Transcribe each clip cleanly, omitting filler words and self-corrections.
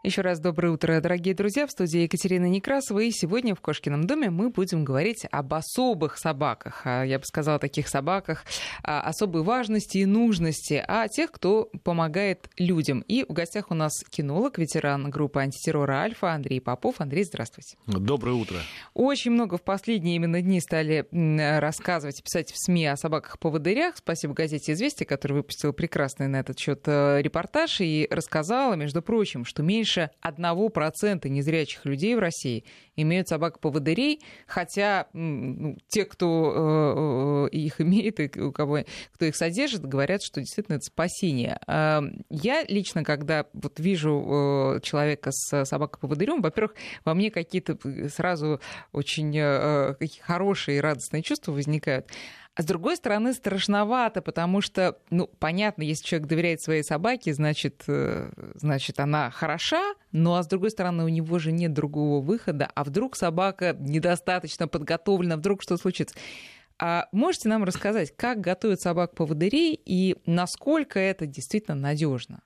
Еще раз доброе утро, дорогие друзья. В студии Екатерина Некрасова. И сегодня в Кошкином доме мы будем говорить об особых собаках. Я бы сказала, таких собаках особой важности и нужности, о тех, кто помогает людям. И в гостях у нас кинолог, ветеран группы антитеррора «Альфа» Андрей Попов. Андрей, здравствуйте. Доброе утро. Очень много в последние именно дни стали рассказывать и писать в СМИ о собаках-поводырях. Спасибо газете «Известия», которая выпустила прекрасный на этот счет репортаж и рассказала, между прочим, что меньше 1% незрячих людей в России имеют собак-поводырей, хотя те, кто их имеет и кто их содержит, говорят, что действительно это спасение. Я лично, когда вот вижу человека с собакой-поводырем, во-первых, во мне какие-то сразу очень хорошие и радостные чувства возникают. А с другой стороны, страшновато, потому что, понятно, если человек доверяет своей собаке, значит, она хороша, а с другой стороны, у него же нет другого выхода, а вдруг собака недостаточно подготовлена, вдруг что случится. А можете нам рассказать, как готовят собак-поводырей и насколько это действительно надежно?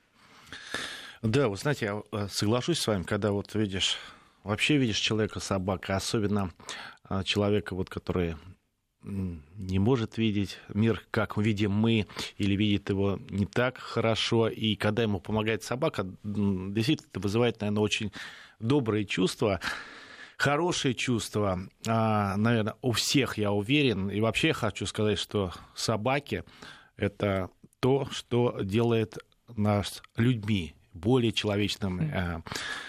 Да, вы знаете, я соглашусь с вами, когда вот видишь человека-собака, особенно человека, который не может видеть мир, как видим мы, или видит его не так хорошо. И когда ему помогает собака, действительно, это вызывает, наверное, очень добрые чувства, хорошие чувства, наверное, у всех, я уверен. И вообще я хочу сказать, что собаки — это то, что делает нас людьми более человечными,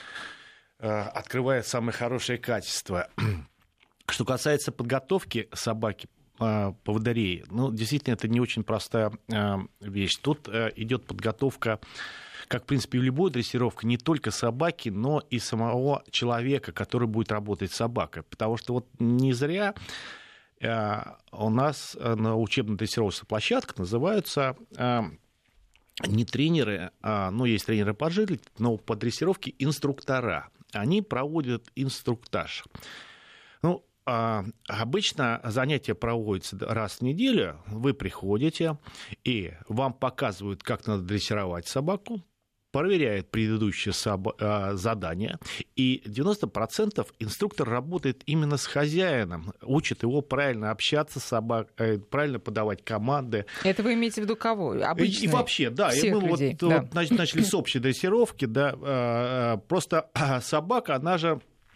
открывает самые хорошие качества. Что касается подготовки собаки-поводырей, действительно, это не очень простая вещь. Тут идет подготовка, как, в принципе, в любой дрессировке, не только собаки, но и самого человека, который будет работать с собакой. Потому что вот не зря у нас на учебно-дрессировочных площадках называются не тренеры, есть тренеры по жилье, но по дрессировке инструктора. Они проводят инструктаж. Обычно занятия проводятся раз в неделю. Вы приходите, и вам показывают, как надо дрессировать собаку, проверяют предыдущее задание, и 90% инструктор работает именно с хозяином, учит его правильно общаться с собакой, правильно подавать команды. Это вы имеете в виду кого? Обычно. И вообще, да. И мы начали с общей дрессировки, да. Просто собака, она же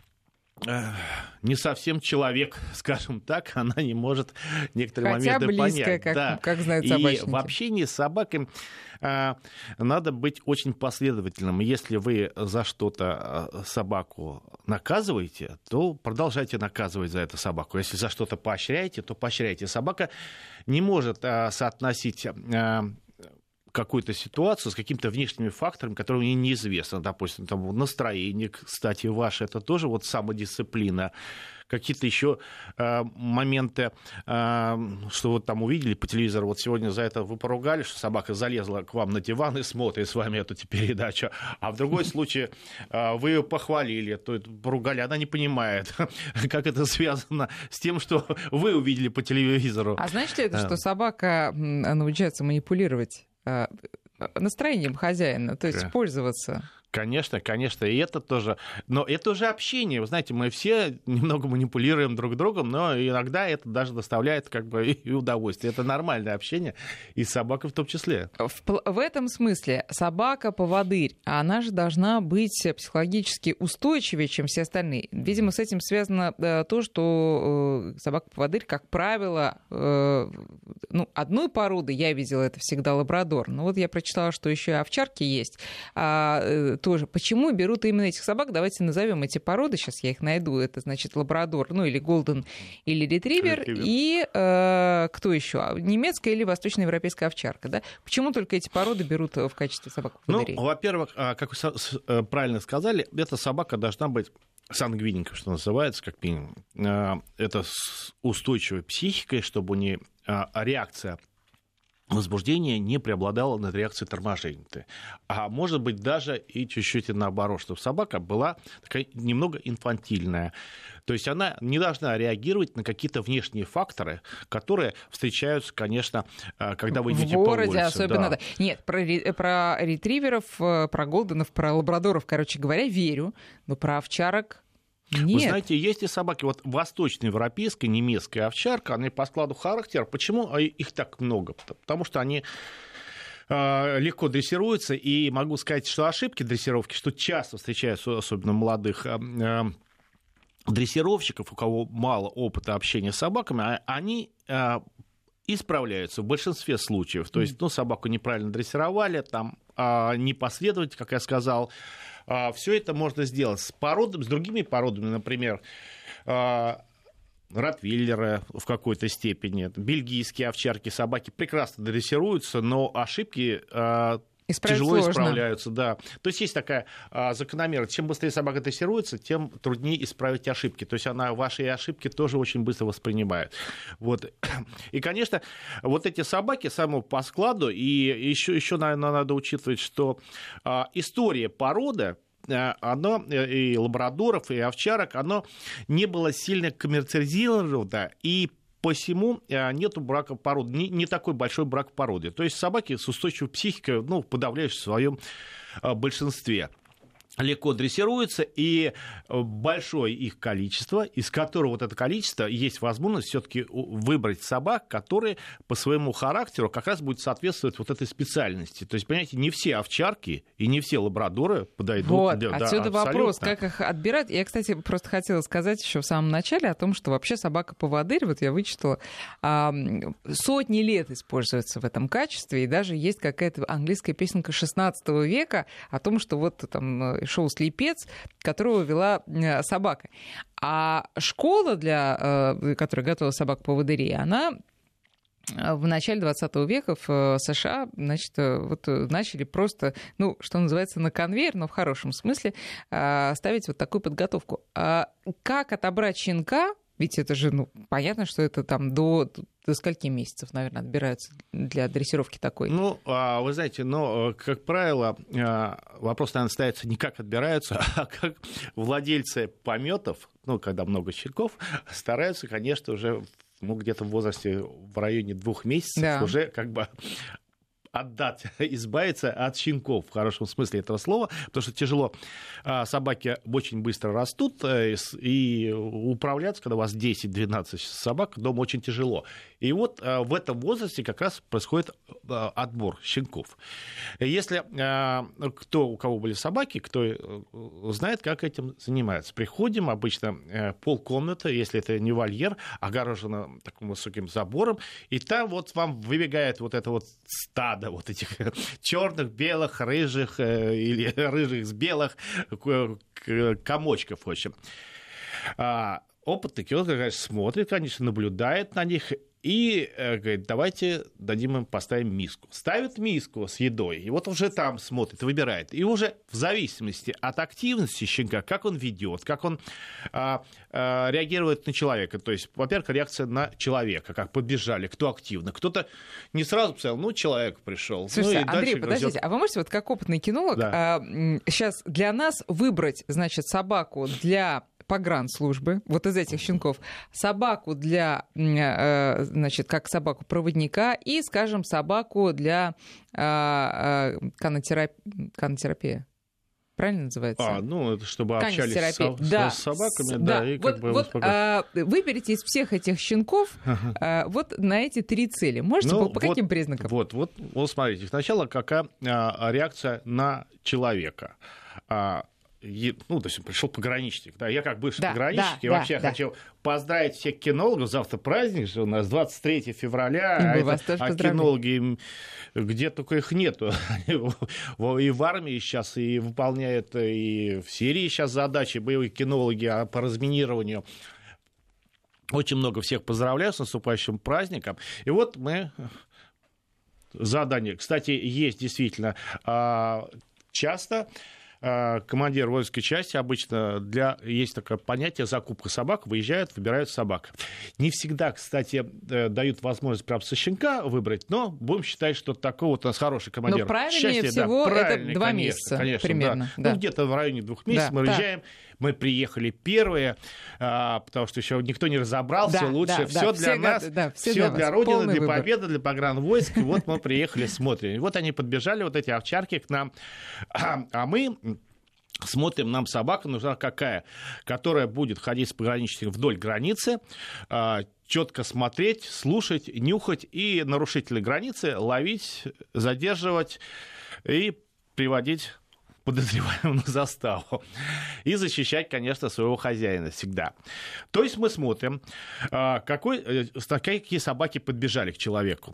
не совсем человек, скажем так, она не может некоторые моменты понять. Как знают собачники. И в общении с собакой надо быть очень последовательным. Если вы за что-то собаку наказываете, то продолжайте наказывать за это собаку. Если за что-то поощряете, то поощряйте. Собака не может соотносить какую-то ситуацию с какими-то внешними факторами, которые мне неизвестны. Допустим, настроение, кстати, ваше, это тоже самодисциплина. Какие-то еще моменты, что там увидели по телевизору, сегодня за это вы поругали, что собака залезла к вам на диван и смотрит с вами эту передачу, а в другой случае вы ее похвалили, то поругали, она не понимает, как это связано с тем, что вы увидели по телевизору. А значит ли это, что собака научается манипулировать настроением хозяина, то есть пользоваться? Конечно, и это тоже. Но это уже общение. Вы знаете, мы все немного манипулируем друг другом, но иногда это даже доставляет и удовольствие. Это нормальное общение, и с собакой в том числе. В этом смысле собака-поводырь, она же должна быть психологически устойчивее, чем все остальные. Видимо, с этим связано то, что собака-поводырь, как правило, одной породы, я видела, это всегда лабрадор. Но вот я прочитала, что еще и овчарки есть. Тоже. Почему берут именно этих собак? Давайте назовем эти породы. Сейчас я их найду. Это значит лабрадор, или голден, или ретривер. И кто еще? Немецкая или восточноевропейская овчарка. Да? Почему только эти породы берут в качестве собак-поводырей? Во-первых, как вы правильно сказали, эта собака должна быть сангвиника, что называется, как минимум. Это с устойчивой психикой, чтобы у нее реакция возбуждение не преобладало над реакцией торможения. А может быть даже и чуть-чуть наоборот, чтобы собака была такая немного инфантильная. То есть она не должна реагировать на какие-то внешние факторы, которые встречаются, конечно, когда вы идете по улице. В городе особенно, да. Нет, про ретриверов, про голденов, про лабрадоров, короче говоря, верю, но про овчарок... Нет. Вы знаете, есть и собаки, вот восточноевропейская, немецкая овчарка, они по складу характера. Почему их так много? Потому что они легко дрессируются, и могу сказать, что ошибки дрессировки, что часто встречаются, особенно молодых дрессировщиков, у кого мало опыта общения с собаками, они исправляются в большинстве случаев. То есть, собаку неправильно дрессировали, там непоследовательно, как я сказал. Все это можно сделать с породами, с другими породами, например, ротвейлеры в какой-то степени, бельгийские овчарки, собаки прекрасно дрессируются, но ошибки тяжело исправляются. Да. То есть есть такая закономерность. Чем быстрее собака дрессируется, тем труднее исправить ошибки. То есть она ваши ошибки тоже очень быстро воспринимает. Вот. И, конечно, вот эти собаки самого по складу, и еще, наверное, надо учитывать, что история породы, оно, и лабрадоров, и овчарок, оно не было сильно коммерциализировано, и посему нету брака породы, не такой большой брак породы. То есть собаки с устойчивой психикой, в подавляющем своем большинстве легко дрессируются, и большое их количество, из которого вот это количество есть возможность все-таки выбрать собак, которые по своему характеру как раз будут соответствовать вот этой специальности. То есть, понимаете, не все овчарки и не все лабрадоры подойдут. Вот, отсюда вопрос, как их отбирать. Я, кстати, просто хотела сказать еще в самом начале о том, что вообще собака-поводырь, вот я вычитала, сотни лет используется в этом качестве, и даже есть какая-то английская песенка 16 века о том, что вот там шоу «Слепец», которого вела собака. А школа, которая готовила собак-поводырей, она в начале 20 века в США, значит, вот начали просто, что называется, на конвейер, но в хорошем смысле, ставить вот такую подготовку. А как отобрать щенка? Ведь это же, понятно, что это там до скольки месяцев, наверное, отбираются для дрессировки такой? Вы знаете, как правило, вопрос, наверное, ставится не как отбираются, а как владельцы пометов, когда много щенков, стараются, конечно, уже где-то в возрасте в районе 2 месяцев уже как бы избавиться от щенков, в хорошем смысле этого слова, потому что тяжело. Собаки очень быстро растут, и управляться, когда у вас 10-12 собак, дома очень тяжело. И вот в этом возрасте как раз происходит отбор щенков. Если у кого были собаки, кто знает, как этим занимается. Приходим, обычно полкомнаты, если это не вольер, огорожено таким высоким забором, и там вот вам выбегает вот это вот стадо вот этих черных, белых, рыжих или рыжих с белых комочков, в общем. Опытный кинолог, конечно, смотрит, конечно, наблюдает на них и говорит, давайте дадим им, поставим миску. Ставит миску с едой, и вот уже там смотрит, выбирает. И уже в зависимости от активности щенка, как он ведет, как он реагирует на человека. То есть, во-первых, реакция на человека, как побежали, кто активно. Кто-то не сразу писал, человек пришел. Слушайте, Андрей, подождите, а вы можете, вот как опытный кинолог, сейчас для нас выбрать, значит, собаку для погранслужбы, вот из этих щенков, собаку для, значит, как собаку-проводника и, скажем, собаку для канотерапии. Правильно называется? Это чтобы общались с собаками. Да. И выберите из всех этих щенков вот на эти 3 цели. Можете по каким признакам? Вот, смотрите, сначала какая реакция на человека. То есть пришел пограничник. Да, я как бывший пограничник, я вообще хочу поздравить всех кинологов. Завтра праздник же у нас, 23 февраля. А кинологи, где только их нету. И в армии сейчас, и выполняют, и в Сирии сейчас задачи, боевые кинологи по разминированию. Очень много всех поздравляю с наступающим праздником. И вот мы... Задание. Кстати, есть действительно часто... командир воинской части обычно есть такое понятие закупка собак, выезжают, выбирают собак. Не всегда, кстати, дают возможность прям со щенка выбрать, но будем считать, что такой вот у нас хороший командир. Но правильнее всего это 2 месяца конечно, примерно. Да. Ну, где-то в районе 2 месяцев мы выезжаем. Мы приехали первые, потому что еще никто не разобрался, лучше все для нас, все для Родины, для победы, для погранвойск. Вот мы приехали, смотрим. И вот они подбежали, вот эти овчарки к нам, а мы смотрим, нам собака нужна какая, которая будет ходить с пограничником вдоль границы, четко смотреть, слушать, нюхать и нарушителей границы ловить, задерживать и приводить подозреваемого на заставу. И защищать, конечно, своего хозяина всегда. То есть мы смотрим, какие собаки подбежали к человеку,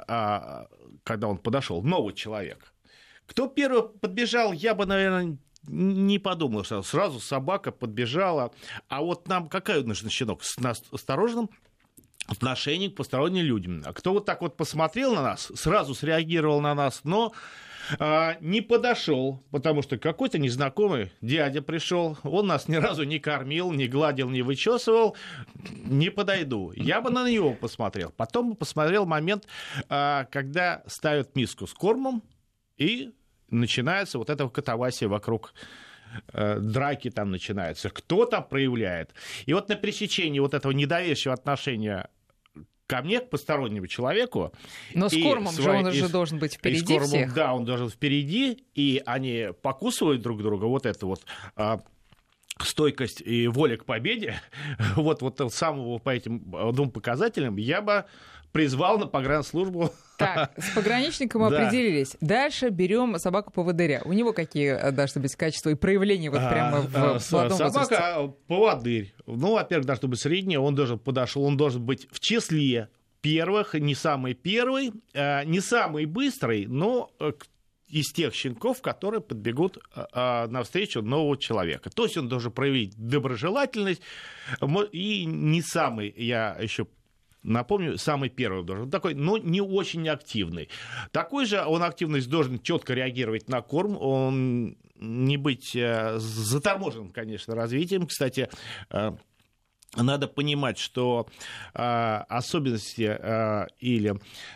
когда он подошел, новый человек. Кто первый подбежал, я бы, наверное, не подумал, что сразу собака подбежала. А вот нам какой нужен щенок? С осторожным отношением к посторонним людям. А кто вот так вот посмотрел на нас, сразу среагировал на нас, но не подошел, потому что какой-то незнакомый дядя пришел, он нас ни разу не кормил, не гладил, не вычесывал, не подойду. Я бы на него посмотрел. Потом посмотрел момент, когда ставят миску с кормом, и начинается вот эта катавасия вокруг, драки там начинаются. Кто там проявляет. И вот на пересечении вот этого недоверчивого отношения ко мне, к постороннему человеку. Но с кормом же он уже должен быть впереди кормом, всех. Да, он должен впереди, и они покусывают друг друга. Вот это вот стойкость и воля к победе, вот самого по этим 2 показателям я бы призвал на погранслужбу. Так, с пограничником определились. Дальше берем собаку-поводыря. У него какие должны быть качества и проявления вот прямо в молодом возрасте? Собака-поводырь. Ну, во-первых, должен быть средний, он должен быть в числе первых, не самый первый, не самый быстрый, но из тех щенков, которые подбегут навстречу нового человека. То есть он должен проявить доброжелательность и не самый, я еще напомню, самый первый должен такой, но не очень активный. Такой же он активность должен четко реагировать на корм, он не быть заторможенным, конечно, развитием. Кстати, надо понимать, что особенности или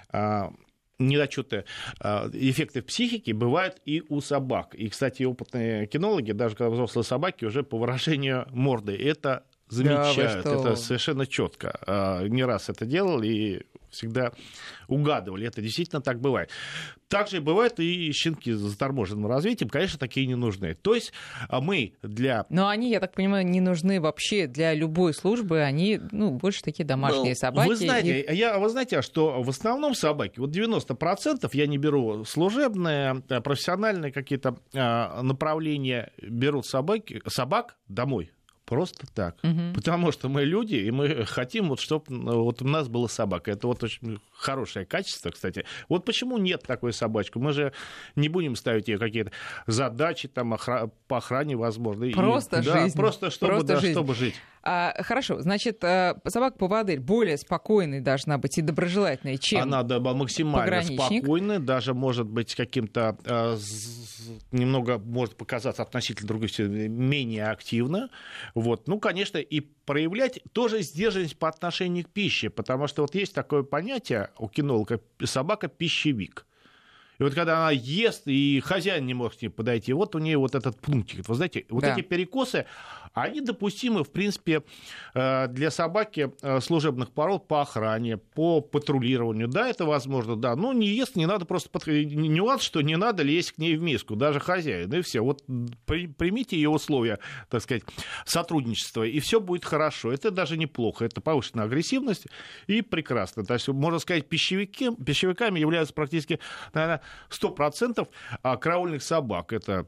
недочеты, эффекты в психике бывают и у собак. И, кстати, опытные кинологи, даже когда взрослые собаки, уже по выражению морды это замечают, это совершенно четко. Не раз это делал и всегда угадывали. Это действительно так бывает. Также бывают и щенки с заторможенным развитием. Конечно, такие не нужны. То есть мы для... Но они, я так понимаю, не нужны вообще для любой службы. Они, больше такие домашние собаки. Вы знаете, что в основном собаки, вот 90%, я не беру служебные, профессиональные какие-то направления, берут собак домой. Просто так. Потому что мы люди, и мы хотим, чтобы у нас была собака. Это очень хорошее качество, кстати. Вот почему нет такой собачки? Мы же не будем ставить ей какие-то задачи там, по охране, возможно. Просто жизнь. Просто чтобы жить. Хорошо, значит, собака-поводырь более спокойной должна быть и доброжелательной, чем она максимально спокойная, даже может быть каким-то немного может показаться относительно другой менее активно. Вот. Ну, конечно, и проявлять тоже сдержанность по отношению к пище, потому что вот есть такое понятие у кинолога собака-пищевик. И вот когда она ест, и хозяин не может к ней подойти, вот у нее вот этот пунктик. Вы знаете, вот эти перекосы, они допустимы, в принципе, для собаки служебных пород по охране, по патрулированию. Да, это возможно, да. Но не ест, не надо просто... Нюанс, что не надо лезть к ней в миску, даже хозяин. И все. Вот примите ее условия, так сказать, сотрудничества, и все будет хорошо. Это даже неплохо. Это повышенная агрессивность и прекрасно. То есть, можно сказать, пищевиками являются практически, наверное, 100% караульных собак. Это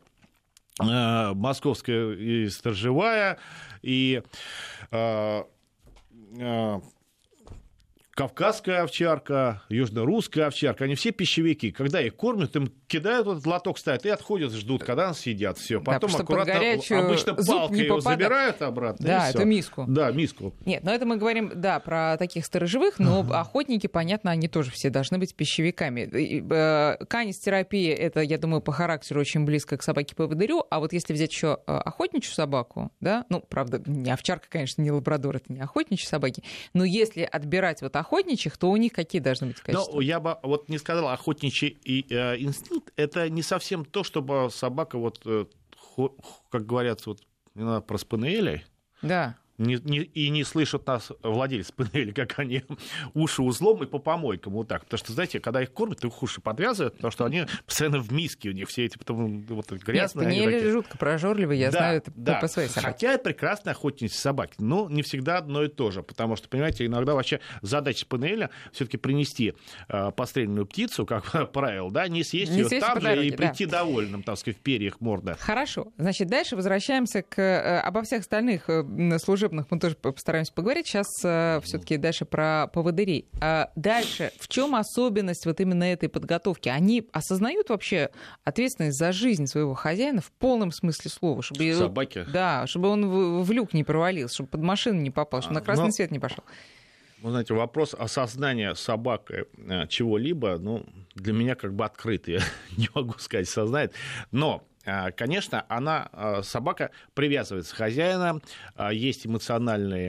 московская и сторожевая, и кавказская овчарка, южно-русская овчарка, они все пищевики. Когда их кормят, им кидают этот лоток, ставят и отходят, ждут, когда нас съедят. Все. Потом да, аккуратно, обычно палкой его забирают обратно. Да, это миску. Да, миску. Нет, но это мы говорим, да, про таких сторожевых, но охотники, понятно, они тоже все должны быть пищевиками. Канистерапия, это, я думаю, по характеру очень близко к собаке-поводырю, а вот если взять еще охотничью собаку, да, ну, правда, не овчарка, конечно, не лабрадор, это не охотничьи собаки, но если отбирать вот охотничьих, то у них какие должны быть качества? Ну, я бы вот не сказал, охотничий инстинкт, это не совсем то, чтобы собака, вот, как говорят, вот, про спаниелей. Да. И не слышат нас владельцы спаниели, как они уши узлом и по помойкам вот так. Потому что, знаете, когда их кормят, их уши подвязывают, потому что они постоянно в миске у них все эти потом вот грязные. Нет, спаниели жутко прожорливые, я знаю это по своей собаке. Хотя это прекрасная охотница собаки, но не всегда одно и то же, потому что, понимаете, иногда вообще задача спаниеля все-таки принести подстреленную птицу, как правило, да, не съесть ее там же и прийти довольным, так сказать, в перьях морда. Хорошо. Значит, дальше возвращаемся обо всех остальных служебных мы тоже постараемся поговорить. Сейчас все-таки дальше про поводырей. А дальше, в чем особенность вот именно этой подготовки? Они осознают вообще ответственность за жизнь своего хозяина в полном смысле слова? Чтобы собаки? Да, чтобы он в люк не провалился, чтобы под машину не попал, чтобы на красный свет не пошел. Вы знаете, вопрос осознания собакой чего-либо, ну, для меня как бы открытый. Я не могу сказать, осознает. Но конечно, собака привязывается к хозяину, есть эмоциональные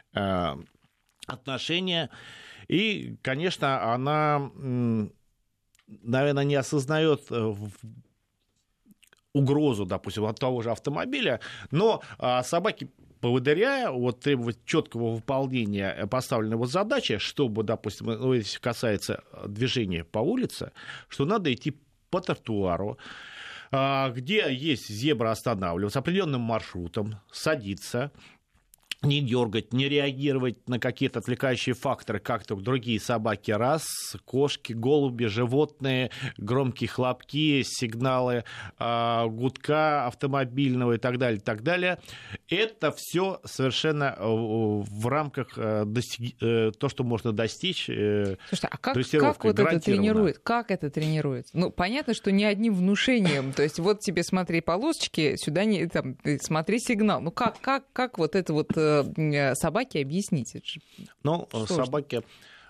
отношения, и, конечно, она, наверное, не осознает угрозу, допустим, от того же автомобиля, но собаки, поводыря, вот требовать четкого выполнения поставленной вот задачи, чтобы, допустим, ну, если касается движения по улице, что надо идти по тротуару, где есть зебра, останавливаться определенным маршрутом, садиться, не дергать, не реагировать на какие-то отвлекающие факторы, как то другие собаки, кошки, голуби, животные, громкие хлопки, сигналы гудка автомобильного и так далее, так далее. Это все совершенно в рамках то, что можно достичь. Слушайте, а как вот это тренирует? Как это тренируется? Ну, понятно, что не одним внушением. То есть вот тебе смотри полосочки, сюда не там, смотри сигнал. Ну как вот это вот собаке объяснить? Ну, собаки,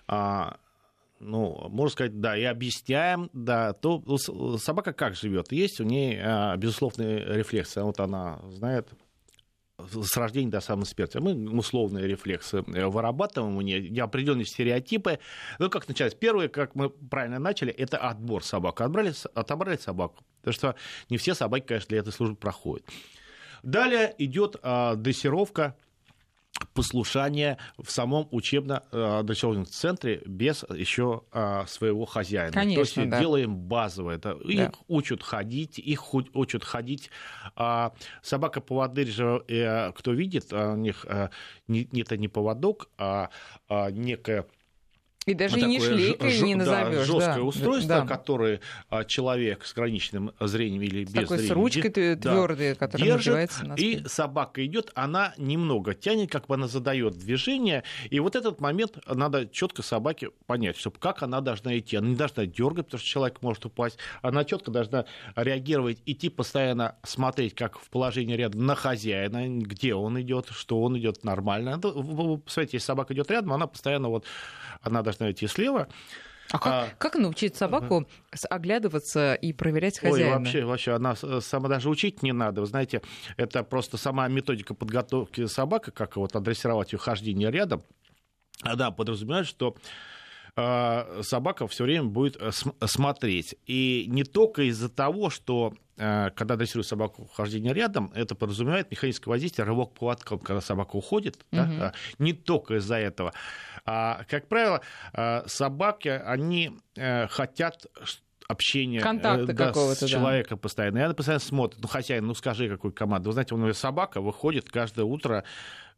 ну, можно сказать, да, и объясняем, да, то собака как живет? Есть у нее безусловные рефлексы. Вот она знает с рождения до самой смерти. Мы условные рефлексы вырабатываем у нее, определенные стереотипы. Ну, как начать? Первое, как мы правильно начали, это отбор собак. Отобрали собаку. Потому что не все собаки, конечно, для этой службы проходят. Далее идет дрессировка, послушание в самом учебно-дрессировочном центре без еще своего хозяина. Конечно, то есть делаем базовое. Это, да. Их учат ходить, Собака-поводырь же, кто видит, у них это не поводок, а некая... И даже не шлейкой не назовешь. Жесткое устройство, которое человек с ограниченным зрением или без такой зрения... с ручкой твердой, которая надевается на спину. И собака идет, она немного тянет, как бы она задает движение. И вот этот момент надо четко собаке понять, чтобы как она должна идти. Она не должна дергать, потому что человек может упасть. Она четко должна реагировать, идти постоянно, смотреть, как в положении рядом на хозяина, где он идет, что он идет нормально. Посмотрите, если собака идет рядом, она постоянно она должна идти слева. Как научить собаку оглядываться и проверять хозяина? Ой, вообще, она сама даже учить не надо. Вы знаете, это просто сама методика подготовки собаки, как вот адрессировать ее хождение рядом, она подразумевает, что собака все время будет смотреть. И не только из-за того, что когда дрессируют собаку хождение рядом, это подразумевает механическое воздействие, рывок поводком, когда собака уходит. Да? Не только из-за этого. Как правило, собаки, они хотят общения с человеком постоянно. И она постоянно смотрит. Хозяин, скажи, какую команду. Вы знаете, у него собака выходит каждое утро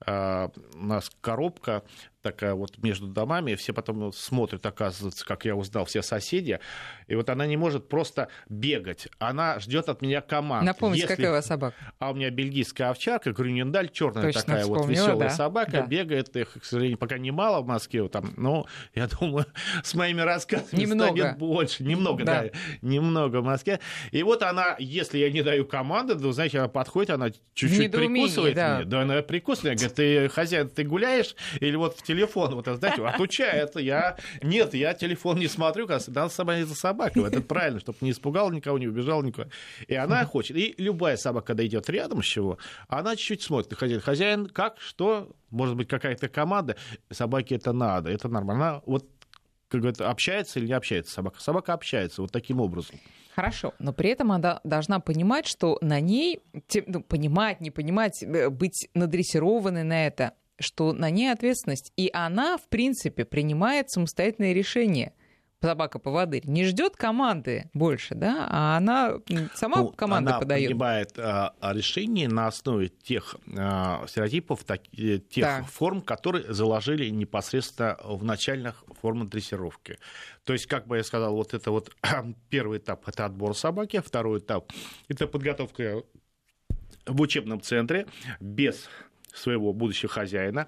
у нас коробка такая вот между домами, все потом смотрят, оказывается, как я узнал, все соседи, и вот она не может просто бегать, она ждет от меня команд. Напомните, какая у вас собака? А у меня бельгийская овчарка, Грюнендаль, черная Точно такая вспомнила, вот веселая да. собака, Да. бегает, их, к сожалению, пока немало в Москве, там, но я думаю, с моими рассказами Немного. станет больше, немного, да, немного в Москве. И вот она, если я не даю команды, то, знаете, она подходит, она чуть-чуть прикусывает меня. Да, она прикусывает, говорит, ты, хозяин, ты гуляешь или вот в телефон, вот, знаете, отучает. Нет, я телефон не смотрю, надо собрать за собакой. Это правильно, чтобы не испугал никого, не убежал никого. И она хочет. И любая собака, когда идет рядом с чего, она чуть-чуть смотрит. Хозяин, как, что, может быть, какая-то команда. Собаке это надо, это нормально. Она вот, как говорят, общается или не общается собака? Собака общается вот таким образом. Хорошо, но при этом она должна понимать, что на ней, понимать, не понимать, быть надрессированной на это, что на ней ответственность. И она, в принципе, принимает самостоятельное решение. Собака-поводырь не ждет команды больше, да, а она сама команды подает. Она принимает решение на основе тех стереотипов, тех форм, которые заложили непосредственно в начальных формах дрессировки. То есть, как бы я сказал, вот это вот первый этап – это отбор собаки, второй этап – это подготовка в учебном центре без своего будущего хозяина.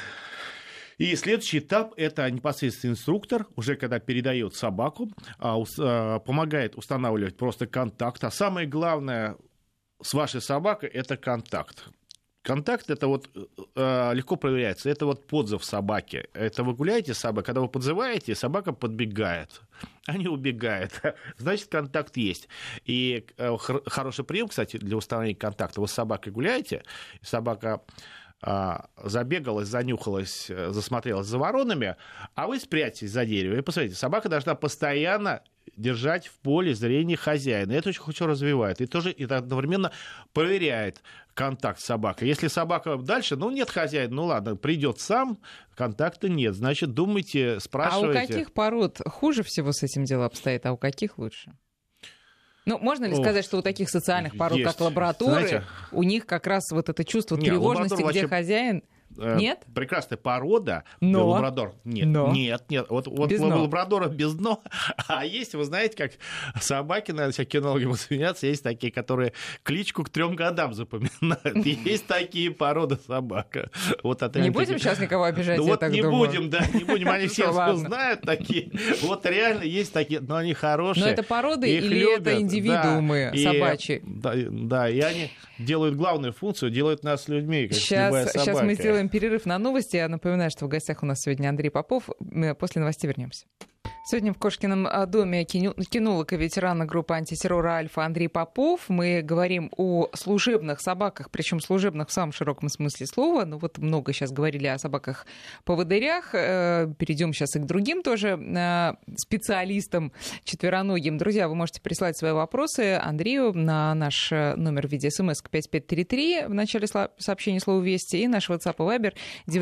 И следующий этап – это непосредственно инструктор, уже когда передает собаку, помогает устанавливать просто контакт. А самое главное с вашей собакой – это контакт. Контакт – это вот легко проверяется. Это вот подзыв собаки. Это вы гуляете с собакой, когда вы подзываете, собака подбегает, а не убегает. Значит, контакт есть. И хороший прием, кстати, для установления контакта. Вы с собакой гуляете, собака забегалась, занюхалась, засмотрелась за воронами, а вы спрячетесь за дерево. И посмотрите, собака должна постоянно держать в поле зрения хозяина. Это очень хорошо развивает. И тоже это одновременно проверяет контакт с собакой. Если собака дальше, нет хозяина, ладно, придет сам, контакта нет. Значит, думайте, спрашивайте. А у каких пород хуже всего с этим дело обстоит, а у каких лучше? Можно ли сказать, что у таких социальных пород, как лабрадоры, знаете, у них как раз вот это чувство тревожности, где хозяин... Нет? Прекрасная порода, лабрадор. Нет. Вот у лабрадора без дно. А есть, вы знаете, как собаки, наверное, все кинологи будут смеяться, есть такие, которые кличку к 3 годам запоминают. Есть такие породы собак. Не будем сейчас никого обижать, я так думаю. Не будем, они все знают такие. Вот реально есть такие, но они хорошие. Но это породы или это индивидуумы собачьи? Да, и они делают главную функцию, делают нас людьми, как любая собака. Сейчас мы сделаем перерыв на новости. Я напоминаю, что в гостях у нас сегодня Андрей Попов. После новостей вернемся. Сегодня в Кошкином доме кинолог и ветеран группы антитеррора «Альфа» Андрей Попов. Мы говорим о служебных собаках, причем служебных в самом широком смысле слова. Много сейчас говорили о собаках-поводырях. Перейдем сейчас и к другим тоже специалистам четвероногим. Друзья, вы можете прислать свои вопросы Андрею на наш номер в виде смс 5533 в начале сообщения слова «Вести» и наш WhatsApp и Viber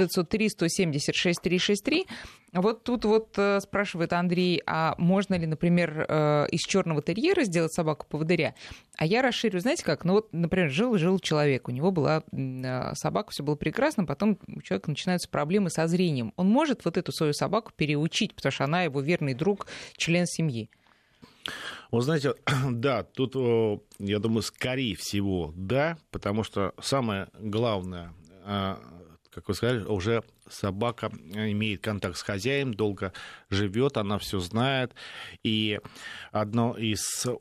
903-176-363. Вот тут спрашивает Андрей, а можно ли, например, из черного терьера сделать собаку-поводыря? А я расширю, знаете как? Например, жил человек, у него была собака, все было прекрасно, потом у человека начинаются проблемы со зрением. Он может эту свою собаку переучить, потому что она его верный друг, член семьи? Вы знаете, да, тут, я думаю, скорее всего, да, потому что самое главное, как вы сказали, уже собака имеет контакт с хозяином, долго живет, она все знает. И одно из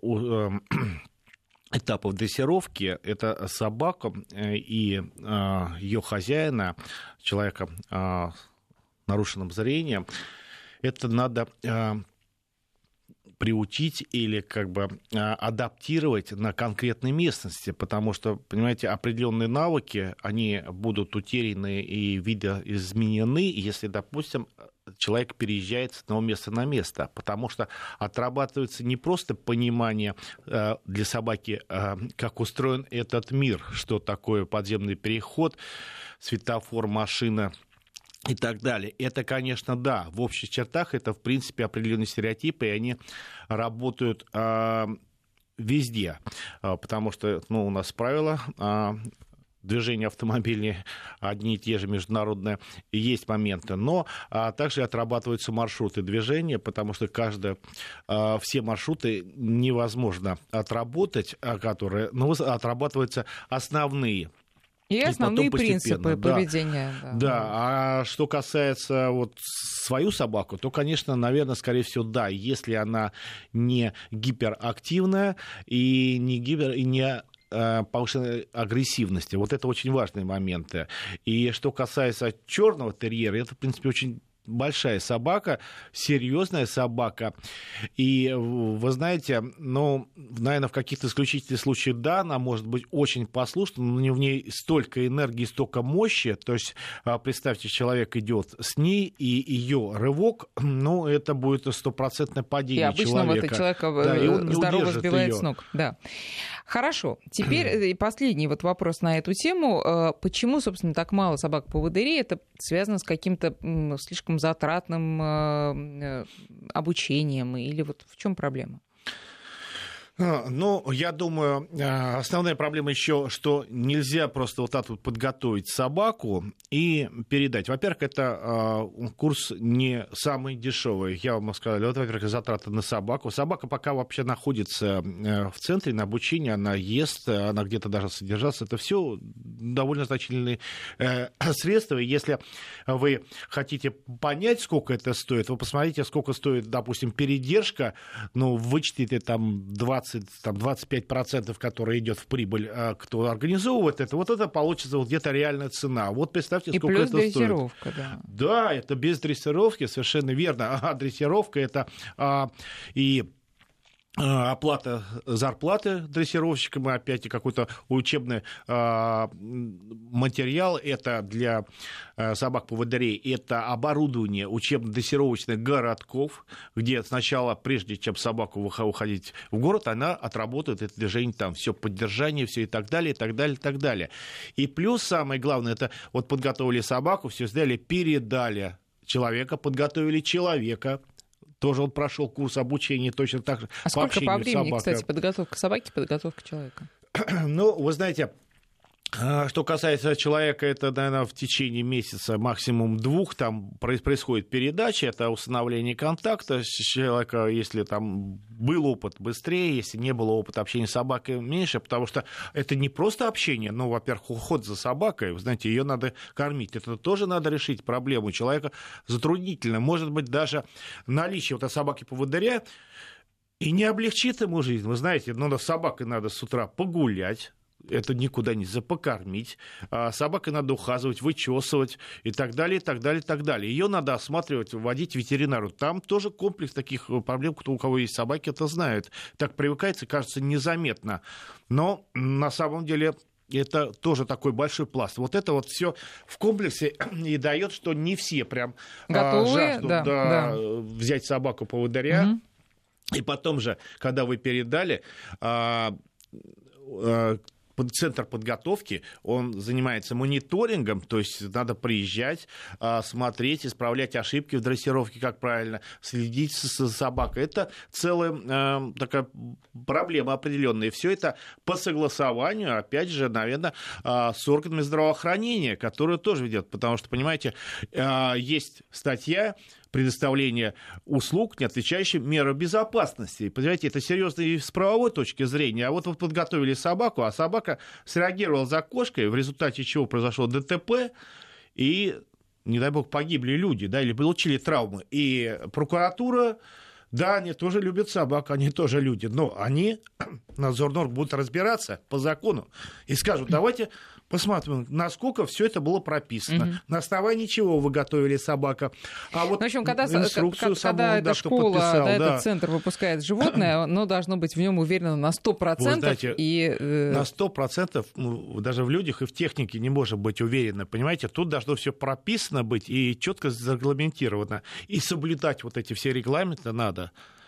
этапов дрессировки — это собака и ее хозяина, человека с нарушенным зрением. Это надо приучить или адаптировать на конкретной местности, потому что, понимаете, определенные навыки, они будут утеряны и видоизменены, если, допустим, человек переезжает с одного места на место, потому что отрабатывается не просто понимание для собаки, как устроен этот мир, что такое подземный переход, светофор, машина и так далее. Это, конечно, да, в общих чертах это, в принципе, определенные стереотипы, и они работают везде, потому что у нас правило движения автомобилей одни и те же международные, есть моменты, но также отрабатываются маршруты движения, потому что все маршруты невозможно отработать, которые, отрабатываются основные. И основные принципы поведения. Да, а что касается свою собаку, то, конечно, наверное, скорее всего, да, если она не гиперактивная и не повышенной агрессивности. Вот это очень важные моменты. И что касается черного терьера, это, в принципе, очень большая собака, серьезная собака. И вы знаете, наверное, в каких-то исключительных случаях, да, она может быть очень послушна, но в ней столько энергии, столько мощи. То есть, представьте, человек идет с ней, и ее рывок, это будет стопроцентное падение человека. И обычно человека здорово сбивает с ног. Да. Хорошо. Теперь последний вопрос на эту тему. Почему, собственно, так мало собак-поводырей? Это связано с каким-то слишком затратным обучением? Или в чем проблема? Я думаю, основная проблема еще, что нельзя просто так подготовить собаку и передать. Во-первых, это курс не самый дешевый. Я вам сказал, во-первых, затраты на собаку. Собака пока вообще находится в центре на обучении, она ест, она где-то даже содержаться. Это все довольно значительные средства. И если вы хотите понять, сколько это стоит, вы посмотрите, сколько стоит, допустим, передержка, вычтите там 25%, которые идет в прибыль, кто организовывает это, это получится где-то реальная цена. Представьте, сколько это стоит. И плюс дрессировка, да. Да, это без дрессировки, совершенно верно. А дрессировка это и оплата зарплаты дрессировщикам, и опять какой-то учебный материал, это для собак-поводырей, это оборудование учебно-дрессировочных городков, где сначала, прежде чем собаку уходить в город, она отработает это движение там, все поддержание, все и так далее, и так далее, и так далее. И плюс, самое главное, это подготовили собаку, все сделали, передали человека, подготовили человека, тоже он прошел курс обучения точно так же. А сколько по времени, кстати, подготовка собаки, подготовка человека? Вы знаете, что касается человека, это, наверное, в течение месяца, максимум 2, там происходит передача, это установление контакта с человеком, если там был опыт быстрее, если не было опыта общения с собакой меньше, потому что это не просто общение, во-первых, уход за собакой, вы знаете, ее надо кормить, это тоже надо решить проблему человека затруднительно, может быть, даже наличие собаки-поводыря и не облегчит ему жизнь, вы знаете, с собакой надо с утра погулять, это никуда нельзя покормить, собакой надо ухаживать, вычесывать и так далее, и так далее, и так далее. Ее надо осматривать, вводить ветеринару. Там тоже комплекс таких проблем, кто у кого есть собаки, это знает. Так привыкается, кажется, незаметно. Но на самом деле это тоже такой большой пласт. Это все в комплексе и дает, что не все прям жаждут взять собаку-поводыря. И потом же, когда вы передали, центр подготовки, он занимается мониторингом, то есть надо приезжать, смотреть, исправлять ошибки в дрессировке, как правильно, следить за собакой. Это целая такая проблема определенная. И все это по согласованию, опять же, наверное, с органами здравоохранения, которые тоже ведет, потому что, понимаете, есть статья предоставления услуг, не отвечающих мерам безопасности. Понимаете, это серьезно и с правовой точки зрения. А вы подготовили собаку, а собака среагировала за кошкой, в результате чего произошло ДТП, и, не дай бог, погибли люди, или получили травмы. И прокуратура, да, они тоже любят собак, они тоже люди, но они, надзорный орган, будут разбираться по закону и скажут, давайте посмотрим, насколько все это было прописано, на основании чего вы готовили собака. А в общем, когда эта школа, этот центр выпускает животное, оно должно быть в нем уверено на 100%. Вы знаете, на 100% даже в людях и в технике не может быть уверено. Понимаете, тут должно все прописано быть и четко зарегламентировано. И соблюдать эти все регламенты надо.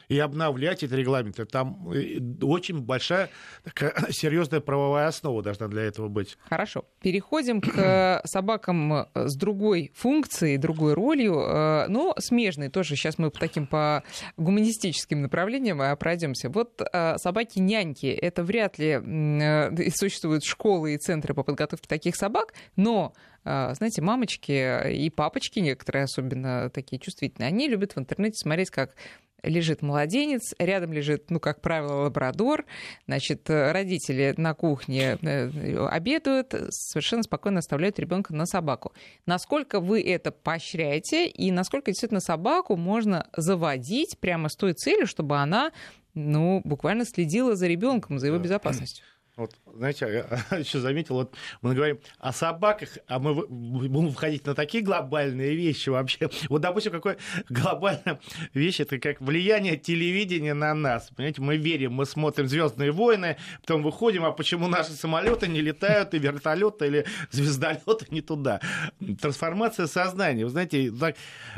и обновлять эти регламенты. Там очень большая, такая серьезная правовая основа должна для этого быть. Хорошо. Переходим к собакам с другой функцией, другой ролью, но смежной тоже. Сейчас мы по гуманистическим направлениям пройдемся. Вот собаки-няньки. Это вряд ли существуют школы и центры по подготовке таких собак, но знаете, мамочки и папочки, некоторые особенно такие чувствительные, они любят в интернете смотреть, как лежит младенец, рядом лежит, как правило, лабрадор. Значит, родители на кухне обедают, совершенно спокойно оставляют ребенка на собаку. Насколько вы это поощряете и насколько действительно собаку можно заводить прямо с той целью, чтобы она, буквально следила за ребенком, за его безопасностью? Вот, знаете, я еще заметил, вот мы говорим о собаках, а мы будем входить на такие глобальные вещи вообще. Вот, допустим, какая глобальная вещь, это как влияние телевидения на нас. Понимаете, мы верим, мы смотрим «Звездные войны», потом выходим, а почему наши самолеты не летают, и вертолеты или звездолеты не туда. Трансформация сознания. Вы знаете, так,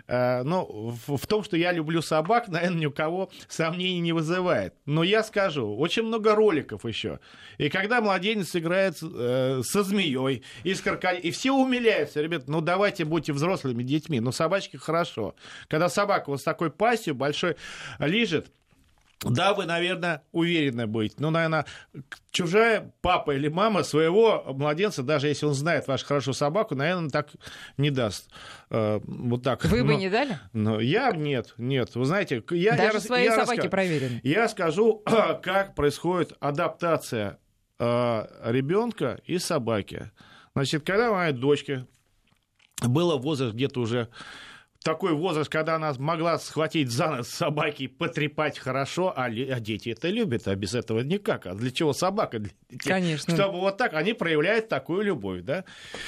в том, что я люблю собак, наверное, ни у кого сомнений не вызывает. Но я скажу, очень много роликов еще. И когда младенец играет со змеей и с крокодилом, и все умиляются, ребят, давайте будьте взрослыми детьми, собачки хорошо. Когда собака вот с такой пастью большой лижет, да, вы, наверное, уверены будете. Наверное, чужая папа или мама своего младенца, даже если он знает вашу хорошую собаку, наверное, так не даст. Вот так. Вы бы не дали? Я нет. Вы знаете, даже свои собаки проверены. Я скажу, как происходит адаптация ребенка и собаки. Значит, когда моей дочке было возраст где-то уже такой возраст, когда она могла схватить за нос собаки и потрепать хорошо, а дети это любят, а без этого никак. А для чего собака? Для детей. Конечно. Чтобы вот так, они проявляют такую любовь, да.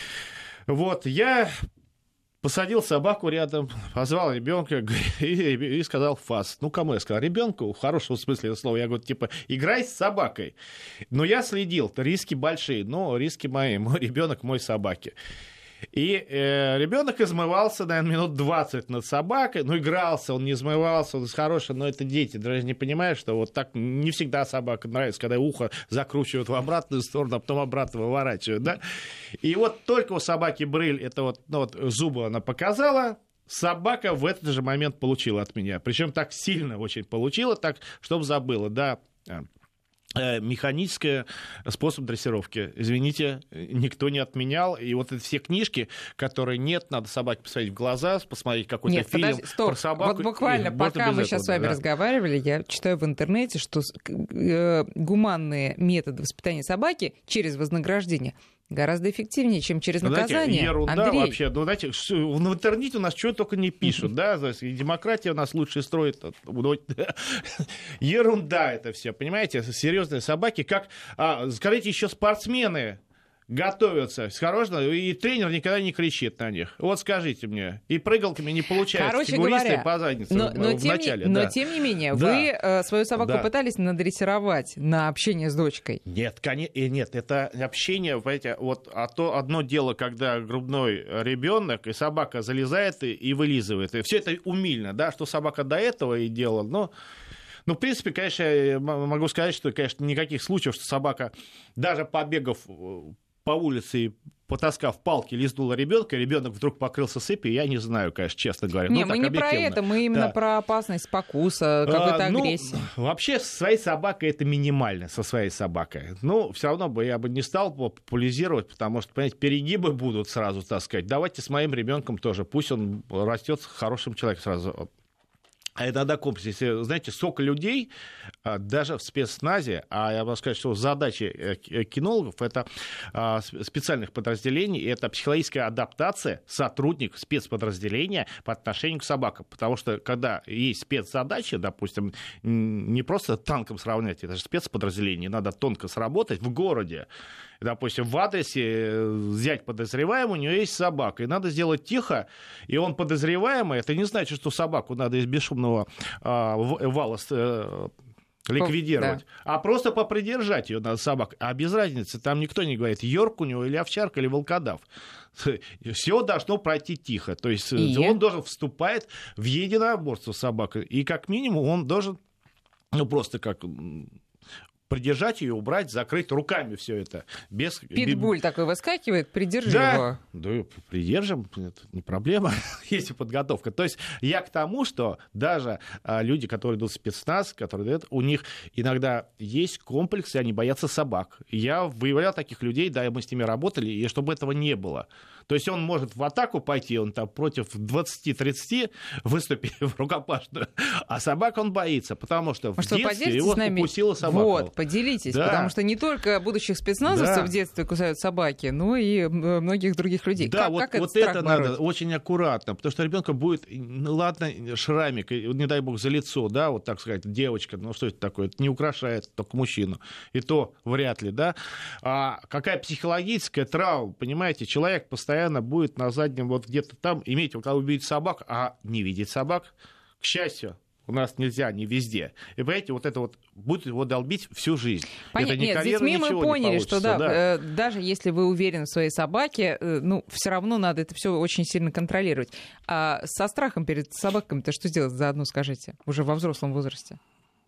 Вот, я посадил собаку рядом, позвал ребенка и сказал «фас». Кому я сказал? Ребенку, в хорошем смысле слова. Я говорю, играй с собакой. Но я следил, риски большие, но риски мои, мой ребенок, мой собаки. И ребенок измывался, наверное, минут 20 над собакой. Игрался, он не измывался, он хороший, но это дети. Даже не понимают, что вот так не всегда собака нравится, когда ухо закручивают в обратную сторону, а потом обратно выворачивают, да? И вот только у собаки брыль, это зубы она показала, собака в этот же момент получила от меня. Причем так сильно очень получила, так, чтобы забыла, да. Механический способ дрессировки. Извините, никто не отменял. И вот эти все книжки, которые нет, надо собаке посмотреть в глаза, посмотреть какой-то фильм про собаку. Вот буквально, пока мы сейчас с вами разговаривали, я читаю в интернете, что гуманные методы воспитания собаки через вознаграждение гораздо эффективнее, чем через наказание. Знаете, ерунда Андрей. вообще. Знаете, в интернете у нас чего только не пишут, да, и демократия у нас лучше строит. Ерунда это все, понимаете, серьезные собаки, как, скажите, еще спортсмены готовятся хорошо, и тренер никогда не кричит на них. Вот скажите мне. И прыгалками не получается. Короче фигуристы говоря, по заднице в начале. Но тем не менее, вы свою собаку пытались надрессировать на общение с дочкой? Нет, нет, это общение, понимаете, то одно дело, когда грудной ребенок, и собака залезает и вылизывает. И все это умильно, да, что собака до этого и делала, но... в принципе, конечно, я могу сказать, что, конечно, никаких случаев, что собака, даже побегав по улице и потаскав палки, лизнула ребенка, и ребенок вдруг покрылся сыпью, я не знаю, конечно, честно говоря. Не, мы не про это, мы именно про опасность покуса, какой-то агрессии. Вообще, со своей собакой это минимально, со своей собакой. Все равно я бы не стал популяризировать, потому что, понимаете, перегибы будут сразу, так сказать. Давайте с моим ребенком тоже, пусть он растет хорошим человеком сразу. А иногда комплекс, если, знаете, сколько людей, даже в спецназе, а я могу сказать, что задача кинологов, это специальных подразделений, это психологическая адаптация сотрудников спецподразделения по отношению к собакам. Потому что, когда есть спецзадачи, допустим, не просто танком сравнять, это же спецподразделение, надо тонко сработать в городе. Допустим, в адресе взять подозреваемого, у него есть собака, и надо сделать тихо, и он подозреваемый, это не значит, что собаку надо из бесшумного вала ликвидировать, а просто попридержать ее надо собак. А без разницы, там никто не говорит, йорк у него или овчарка, или волкодав. Все должно пройти тихо. То есть он должен вступать в единоборство с собакой, и как минимум он должен просто как придержать ее, убрать, закрыть руками все это. Без... Питбуль такой выскакивает, придержи его. Да, придержим, это не проблема, есть подготовка. То есть я к тому, что даже люди, которые идут в спецназ, у них иногда есть комплексы, они боятся собак. Я выявлял таких людей, да, мы с ними работали, и чтобы этого не было. То есть он может в атаку пойти, он там против 20-30 выступить в рукопашную, а собак он боится, потому что в детстве его укусила собака. Вот, поделитесь, да. Потому что не только будущих спецназовцев в детстве кусают собаки, но и многих других людей. Да, вот это надо очень аккуратно, потому что ребенка будет, ну ладно, шрамик, не дай бог за лицо, да, вот так сказать, девочка, ну что это такое, это не украшает только мужчину, и то вряд ли, да. А какая психологическая травма, понимаете, человек постоянно будет на заднем вот где-то там иметь, когда увидеть собак, а не видеть собак, к счастью, у нас нельзя, не везде. И понимаете, вот это вот будет его долбить всю жизнь. Понятно. Это не Нет, карьера, с детьми мы поняли, что да. Даже если вы уверены в своей собаке, ну, все равно надо это все очень сильно контролировать. А со страхом перед собаками-то что делать заодно, скажите, уже во взрослом возрасте?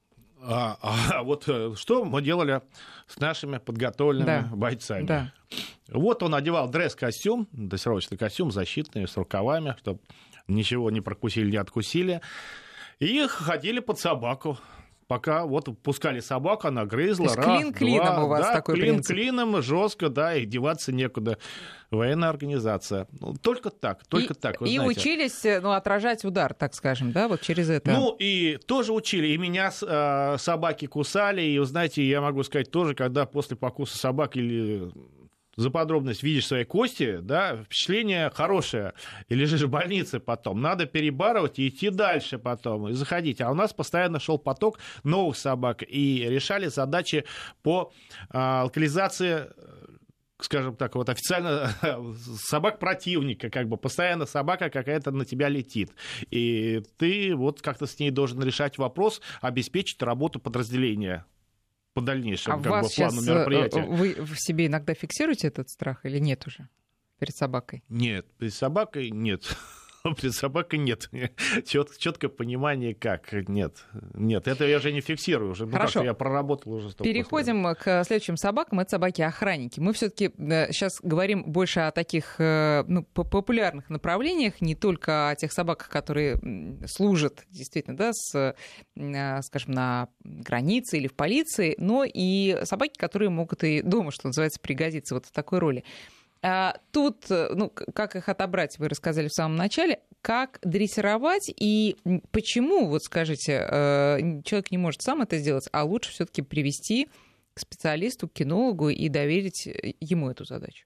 Вот что мы делали с нашими подготовленными бойцами. Да. Вот он одевал дресс-костюм, дрессировочный костюм, защитный, с рукавами, чтобы ничего не прокусили, не откусили. И ходили под собаку. Пока вот пускали собаку, она грызла. То есть клин клином у вас такой принцип. Клином, жестко, да, и деваться некуда. Военная организация. Ну, только так, вы знаете. Учились, отражать удар, так скажем, да, вот через это. Ну, и тоже учили. И меня собаки кусали. И, вы знаете, я могу сказать тоже, когда после покуса собак или... за подробность видишь свои кости, да, впечатление хорошее, и лежишь в больнице потом. Надо перебарывать и идти дальше потом, и заходить. А у нас постоянно шел поток новых собак, и решали задачи по локализации, скажем так, вот официально собак противника, как бы постоянно собака какая-то на тебя летит. И ты вот как-то с ней должен решать вопрос, обеспечить работу подразделения по дальнейшему плану мероприятия. Вы в себе иногда фиксируете этот страх или нет уже перед собакой? Нет, перед собакой нет. Перед собакой нет. Четкое понимание, как. Нет. Это я же не фиксирую. Уже, Хорошо. Я проработал уже столько. Переходим к следующим собакам. Это собаки-охранники. Мы все-таки сейчас говорим больше о таких популярных направлениях, не только о тех собаках, которые служат действительно, да, скажем, на границе или в полиции, но и собаки, которые могут и дома, что называется, пригодиться вот в такой роли. Тут, как их отобрать, вы рассказали в самом начале. Как дрессировать и почему, вот скажите, человек не может сам это сделать, а лучше все-таки привести к специалисту, к кинологу и доверить ему эту задачу?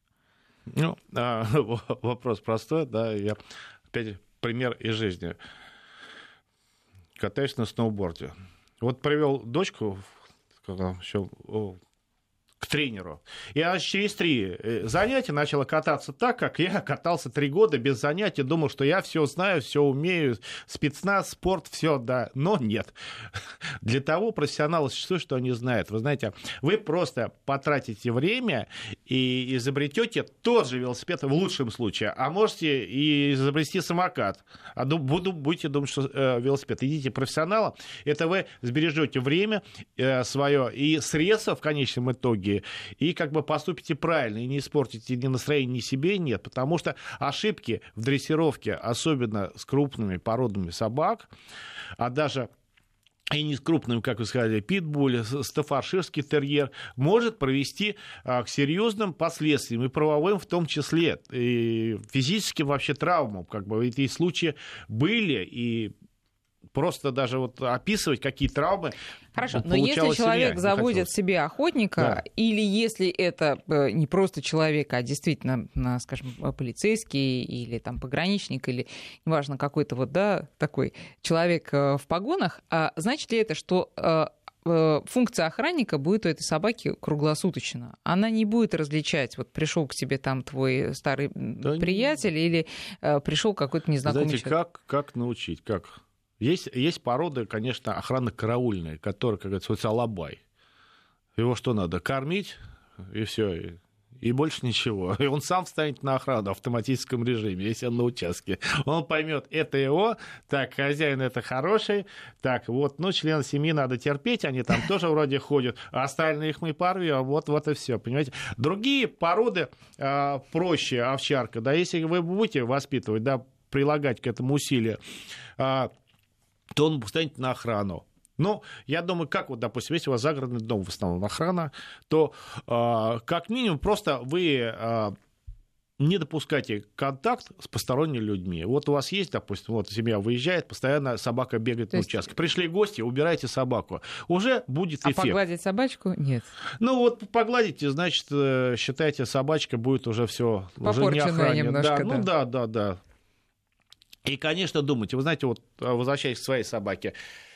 Вопрос простой, да. Я опять пример из жизни. Катаюсь на сноуборде. Вот привел дочку еще к тренеру. И она через 3 занятия начала кататься так, как я катался 3 года без занятий, думал, что я все знаю, все умею, спецназ, спорт, все, да. Но нет. Для того профессионалы существуют, что они знают. Вы знаете, вы просто потратите время и изобретете тот же велосипед в лучшем случае, а можете и изобрести самокат. Будете думать, что велосипед. Идите профессионалом, это вы сбережете время свое и средства в конечном итоге, и как бы поступите правильно, и не испортите ни настроение, ни себе, нет. Потому что ошибки в дрессировке, особенно с крупными породами собак, а даже и не с крупным, как вы сказали, питбуль, стаффордширский терьер, может привести к серьезным последствиям, и правовым в том числе, и физическим вообще травмам. Как бы эти случаи были, и просто даже вот описывать, какие травмы. Хорошо, но если человек заводит себе охотника, да, или если это не просто человек, а действительно, скажем, полицейский или там пограничник, или неважно, какой-то вот, да, такой человек в погонах, значит ли это, что функция охранника будет у этой собаки круглосуточно? Она не будет различать, вот пришел к тебе там твой старый приятель или пришел какой-то незнакомый человек? Знаете, как научить, как... Есть породы, конечно, охранно-караульные, которые, как говорится, алабай. Его что надо? Кормить, и все, И больше ничего. И он сам встанет на охрану в автоматическом режиме, если он на участке. Он поймет, это его, так, хозяин это хороший, так, вот, ну, члены семьи надо терпеть, они там тоже вроде ходят, а остальных мы порвем, вот и все, понимаете. Другие породы проще, овчарка, да, если вы будете воспитывать, да, прилагать к этому усилия, то он встанет на охрану. Ну, я думаю, как вот, допустим, если у вас загородный дом, в основном охрана, то как минимум просто вы не допускайте контакт с посторонними людьми. Вот у вас есть, допустим, вот семья выезжает, постоянно собака бегает на участке. Пришли гости, убирайте собаку. Уже будет эффект. А погладить собачку? Нет. Ну вот погладите, значит, считайте, собачка будет уже все уже не охранная. Немножко, да. Ну да. И, конечно, думайте. Вы знаете, вот возвращаясь к своей собаке,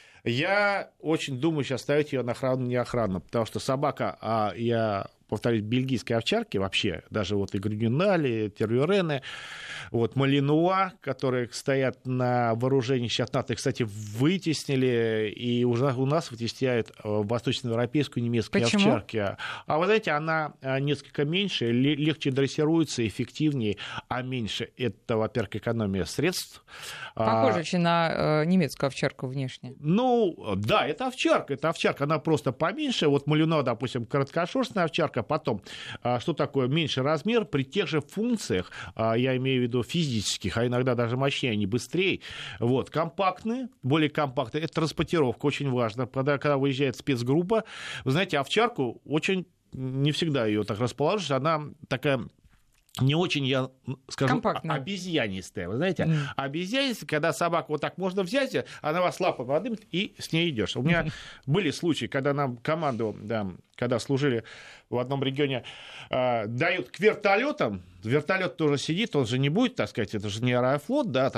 я очень думаю сейчас ставить ее на охрану, не охрану, потому что собака, я повторюсь, бельгийской овчарки вообще, даже вот и грюнинали, терьюрены, вот малинуа, которые стоят на вооружении, сейчас НАТО, кстати, вытеснили, и уже у нас вытесняют восточноевропейскую немецкую овчарки. А вы знаете, она несколько меньше, легче дрессируется, эффективнее, а меньше. Это, во-первых, экономия средств. Похоже очень на немецкую овчарку внешне. Ну, да, это овчарка, она просто поменьше. Вот малинуа, допустим, короткошерстная овчарка. Потом, что такое меньший размер при тех же функциях, я имею в виду физических, а иногда даже мощнее, они быстрее. Вот, компактные, более компактные. Это транспортировка очень важно. Когда выезжает спецгруппа, вы знаете, овчарку очень не всегда ее так расположишь, она такая... Не очень, я скажу, компактно. Обезьянистая. Вы знаете, обезьянистая, когда собаку вот так можно взять, она вас лапами отдымет, и с ней идешь. У меня были случаи, когда нам команду, когда служили в одном регионе, дают к вертолетам. Вертолет тоже сидит, он же не будет, так сказать, это же не Аэрофлот, да,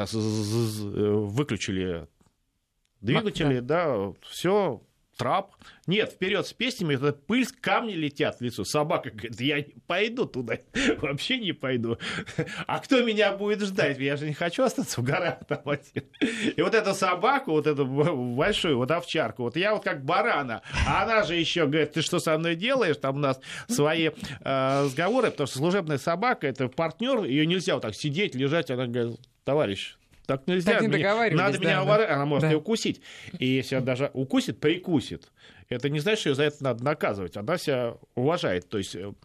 выключили двигатели, да, все. Трап. Нет, вперед с песнями, пыль, камни летят в лицо. Собака говорит, я не пойду туда, вообще не пойду. А кто меня будет ждать? Я же не хочу остаться в горах. И вот эту собаку, вот эту большую, вот овчарку, вот я вот как барана, а она же еще говорит, ты что со мной делаешь? Там у нас свои разговоры, потому что служебная собака, это партнер, ее нельзя вот так сидеть, лежать, она говорит, товарищ, так нельзя, так не надо меня она может и укусить. И если она даже укусит, прикусит. Это не значит, что ее за это надо наказывать. Она себя уважает. То есть у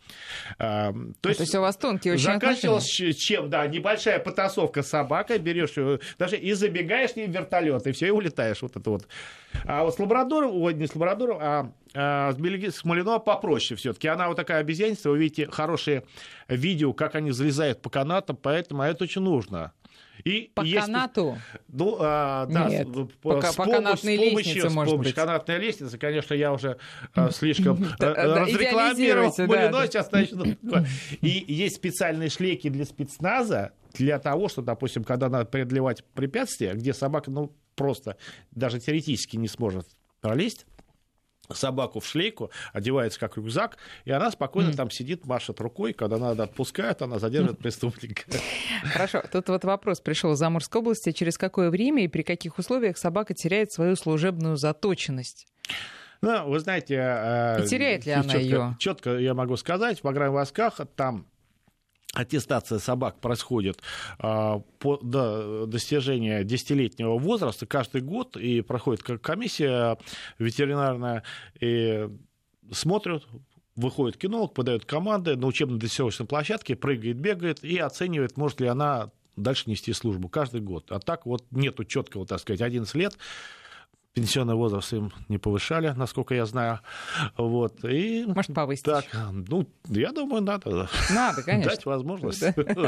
вас тонкие очень заканчивалось чем? Да, небольшая потасовка с собакой, берешь ее, даже и забегаешь в вертолет, и все, и улетаешь. Вот это вот. А вот с лабрадором, не с лабрадором, с малинуа попроще все-таки. Она вот такая обезьянница, вы видите хорошие видео, как они залезают по канатам, поэтому это очень нужно. По канату? Ну, да, нет, по канатной лестнице, может быть. С помощью канатной лестницы, конечно, я уже слишком разрекламировал малинуа, сейчас начну. И есть специальные шлейки для спецназа, для того, что, допустим, когда надо преодолевать препятствия, где собака, просто даже теоретически не сможет пролезть, собаку в шлейку, одевается как рюкзак, и она спокойно там сидит, машет рукой, когда надо отпускает, она задерживает преступника. Хорошо, тут вот вопрос пришел из Амурской области. Через какое время и при каких условиях собака теряет свою служебную заточенность? Ну, вы знаете... И теряет ли она ее? Четко я могу сказать, в погранвойсках там аттестация собак происходит до достижения 10-летнего возраста каждый год, и проходит комиссия ветеринарная, и смотрят, выходит кинолог, подает команды на учебно-дрессировочной площадке, прыгает, бегает и оценивает, может ли она дальше нести службу каждый год. А так вот нету четкого, так сказать, 11 лет. Пенсионный возраст им не повышали, насколько я знаю. Вот. И может, повысить? Так, я думаю, надо. Надо, конечно. Дать возможность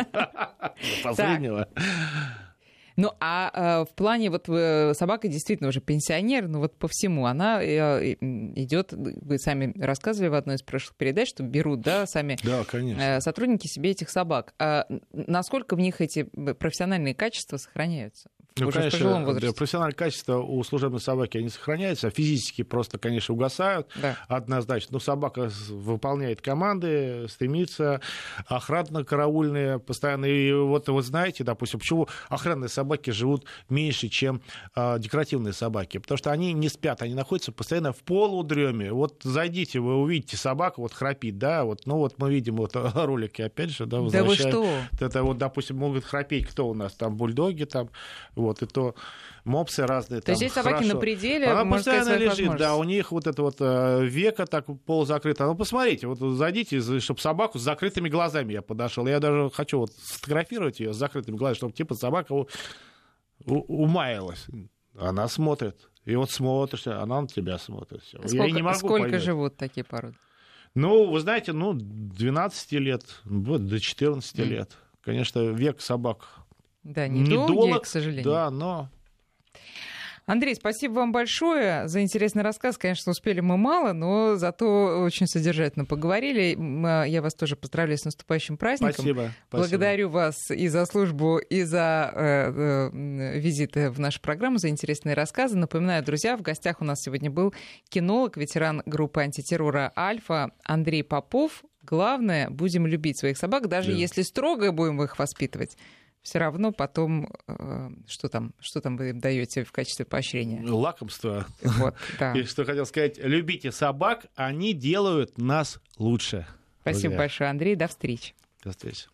последнего. Ну, а в плане, вот собака действительно уже пенсионер, вот по всему, она идет, вы сами рассказывали в одной из прошлых передач, что берут, сами сотрудники себе этих собак. А насколько в них эти профессиональные качества сохраняются Ну, уже в конечно, пожилом возрасте. профессиональные качества у служебной собаки, они сохраняются, а физически просто, конечно, угасают, Да. однозначно. Но собака выполняет команды, стремится, охранно-караульные постоянно. И вот знаете, допустим, почему охранные собаки живут меньше, чем декоративные собаки? Потому что они не спят, они находятся постоянно в полудреме. Вот зайдите, вы увидите собаку, вот храпит, да, вот, ну вот мы видим вот ролики, опять же, да, Да вы что? Это вот, допустим, могут храпеть, кто у нас там, бульдоги там, вот, и то мопсы разные. То есть здесь собаки на пределе, она можно сказать, постоянно своих лежит, да, у возможностей. них вот это вот веко так полузакрыто. Ну, посмотрите, вот зайдите, чтобы собаку с закрытыми глазами я подошел. Я даже хочу вот сфотографировать ее с закрытыми глазами, чтобы типа собака умаялась. Она смотрит. И вот смотришь, она на тебя смотрит. Всё. Я и не могу Сколько понять. живут такие породы? Ну, вы знаете, 12 лет, до 14 лет. Конечно, век собак Да, недолгие, недолг, к сожалению. да, но... Андрей, спасибо вам большое за интересный рассказ. Конечно, успели мы мало, но зато очень содержательно поговорили. Я вас тоже поздравляю с наступающим праздником. Спасибо. Благодарю вас и за службу, и за визиты в нашу программу, за интересные рассказы. Напоминаю, друзья, в гостях у нас сегодня был кинолог, ветеран группы антитеррора «Альфа» Андрей Попов. Главное, будем любить своих собак, даже если строго будем их воспитывать. Все равно потом, что там вы им даете в качестве поощрения? Лакомство. Вот, да. И что хотел сказать, любите собак, они делают нас лучше. Спасибо Друзья. большое, Андрей. До встречи. До встречи.